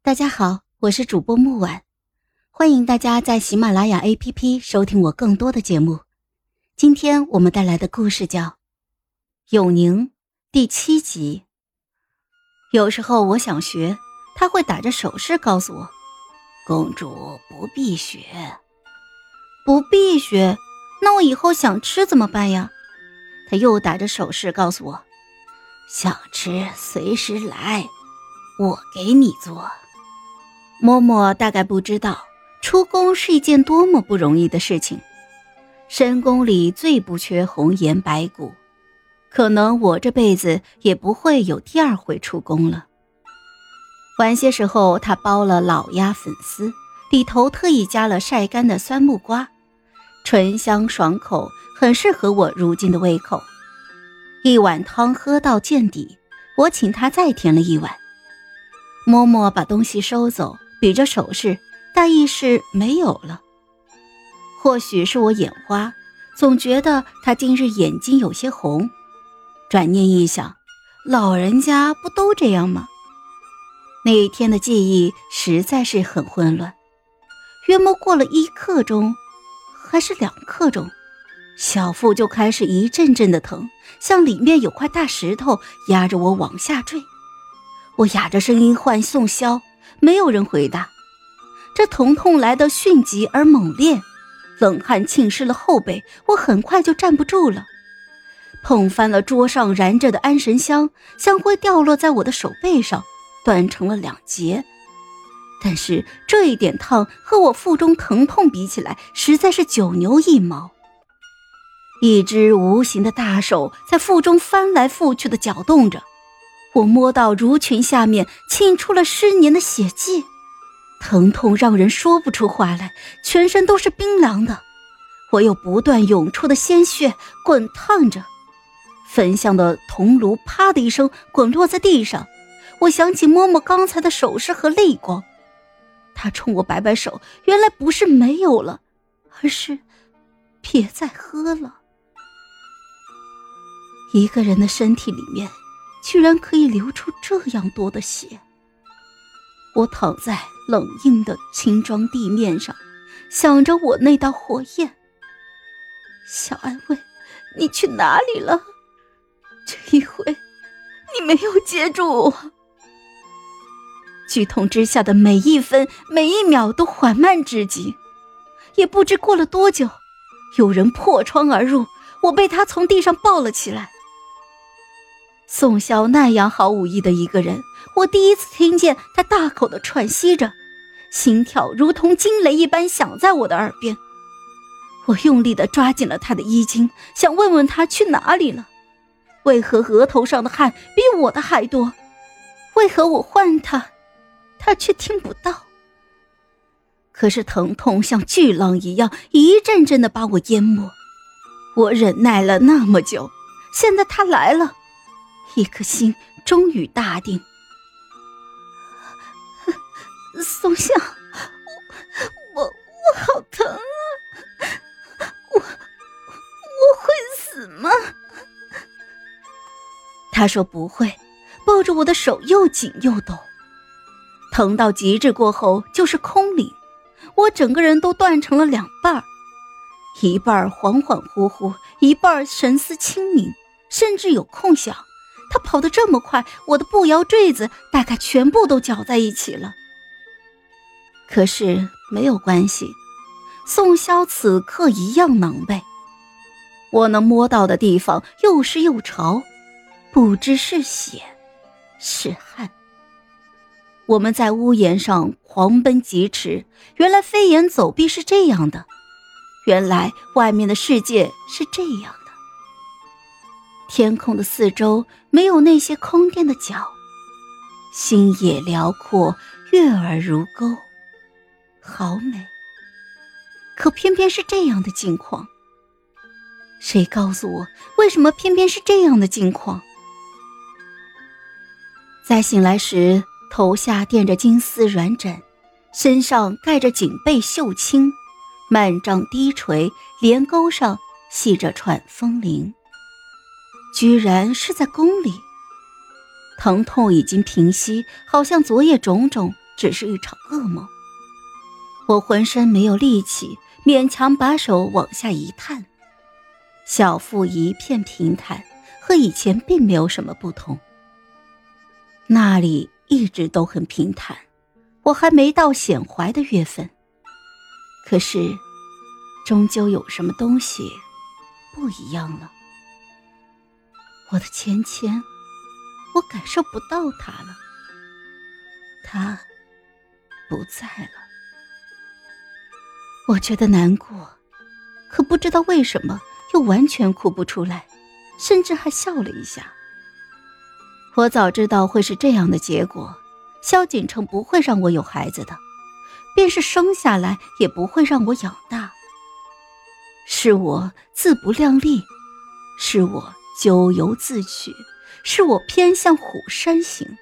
大家好，我是主播木婉，欢迎大家在喜马拉雅 APP 收听我更多的节目。今天我们带来的故事叫《永宁》第7集。有时候我想学，他会打着手势告诉我，公主不必学。不必学？那我以后想吃怎么办呀？他又打着手势告诉我，想吃随时来，我给你做。嬷嬷大概不知道，出宫是一件多么不容易的事情。深宫里最不缺红颜白骨，可能我这辈子也不会有第二回出宫了。晚些时候，她包了老鸭粉丝，里头特意加了晒干的酸木瓜，醇香爽口，很适合我如今的胃口。一碗汤喝到见底，我请她再添了一碗。嬷嬷把东西收走，比着手势，大意是没有了。或许是我眼花，总觉得她今日眼睛有些红。转念一想，老人家不都这样吗？那一天的记忆实在是很混乱。约莫过了1刻钟，还是2刻钟，小腹就开始一阵阵的疼，像里面有块大石头压着我往下坠。我哑着声音唤宋萧，没有人回答。这疼痛来得迅疾而猛烈，冷汗浸湿了后背，我很快就站不住了。碰翻了桌上燃着的安神香，香灰掉落在我的手背上，断成了2截。但是这一点烫和我腹中疼痛比起来，实在是九牛一毛。一只无形的大手在腹中翻来覆去的搅动着，我摸到襦裙下面沁出了湿黏的血迹，疼痛让人说不出话来，全身都是冰凉的。我有不断涌出的鲜血滚烫着，焚香的铜炉啪的一声滚落在地上。我想起嬷嬷刚才的手势和泪光，她冲我摆摆手，原来不是没有了，而是别再喝了。一个人的身体里面居然可以流出这样多的血。我躺在冷硬的青砖地面上，想着我那道火焰。小安慰，你去哪里了？这一回你没有接住我。剧痛之下的每一分每一秒都缓慢至极，也不知过了多久，有人破窗而入，我被他从地上抱了起来。宋萧那样毫无意的一个人，我第一次听见他大口地喘息着，心跳如同惊雷一般响在我的耳边。我用力地抓紧了他的衣襟，想问问他去哪里了。为何额头上的汗比我的还多？为何我唤他，他却听不到？可是疼痛像巨浪一样，一阵阵地把我淹没。我忍耐了那么久，现在他来了，一颗心终于大定。宋萧，我好疼啊！我会死吗？他说不会，抱着我的手又紧又抖。疼到极致过后就是空灵，我整个人都断成了2半，一半恍恍惚惚，一半神思清明，甚至有空想，他跑得这么快，我的步摇坠子大概全部都搅在一起了。可是没有关系，宋萧此刻一样狼狈。我能摸到的地方又湿又潮，不知是血是汗。我们在屋檐上狂奔疾驰，原来飞檐走壁是这样的，原来外面的世界是这样的。天空的四周没有那些空殿的角，星野辽阔，月儿如钩，好美。可偏偏是这样的境况。谁告诉我，为什么偏偏是这样的境况？在醒来时，头下垫着金丝软枕，身上盖着锦被绣青，幔帐低垂，帘钩上系着串风铃。居然是在宫里。疼痛已经平息，好像昨夜种种只是一场噩梦。我浑身没有力气，勉强把手往下一探，小腹一片平坦，和以前并没有什么不同。那里一直都很平坦，我还没到显怀的月份，可是终究有什么东西不一样了。我的芊芊，我感受不到它了，它不在了。我觉得难过，可不知道为什么又完全哭不出来，甚至还笑了一下。我早知道会是这样的结果，萧锦城不会让我有孩子的，便是生下来也不会让我养大。是我自不量力，是我咎由自取，是我偏向虎山行。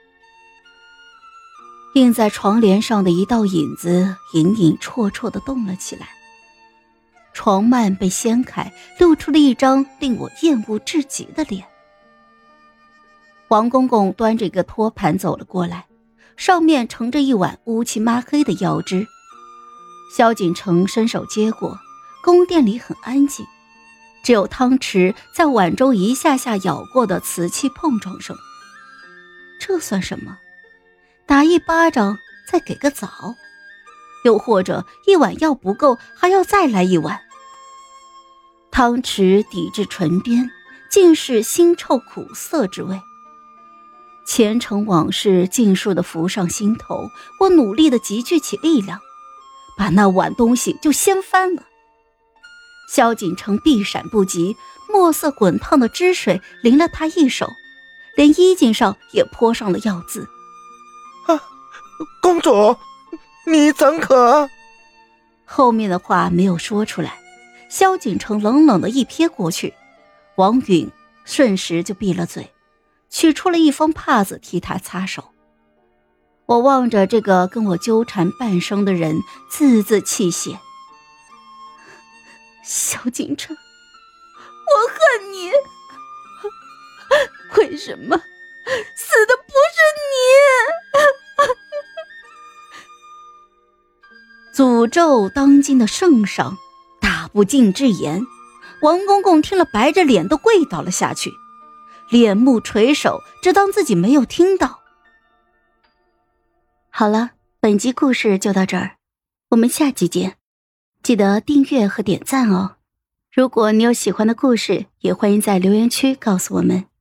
映在床帘上的一道影子隐隐绰绰地动了起来，床幔被掀开，露出了一张令我厌恶至极的脸。王公公端着一个托盘走了过来，上面盛着一碗乌漆抹黑的药汁。萧锦城伸手接过，宫殿里很安静，只有汤匙在碗中一下下舀过的瓷器碰撞声。这算什么？打一巴掌再给个枣，又或者一碗药不够还要再来一碗。汤匙抵至唇边，尽是腥臭苦涩之味。前尘往事尽数地浮上心头，我努力地集聚起力量，把那碗东西就掀翻了。萧锦城避闪不及，墨色滚烫的汁水淋了他一手，连衣襟上也泼上了药渍。 公主，你怎可？ 后面的话没有说出来，萧锦城冷冷地一瞥过去，王允瞬时就闭了嘴，取出了一方帕子替他擦手。我望着这个跟我纠缠半生的人，字字泣血。萧锦城，我恨你，为什么死的不是你？诅咒当今的圣上，大不敬之言。王公公听了白着脸都跪倒了下去，脸目垂首，只当自己没有听到。好了，本集故事就到这儿，我们下集见，记得订阅和点赞哦。如果你有喜欢的故事，也欢迎在留言区告诉我们。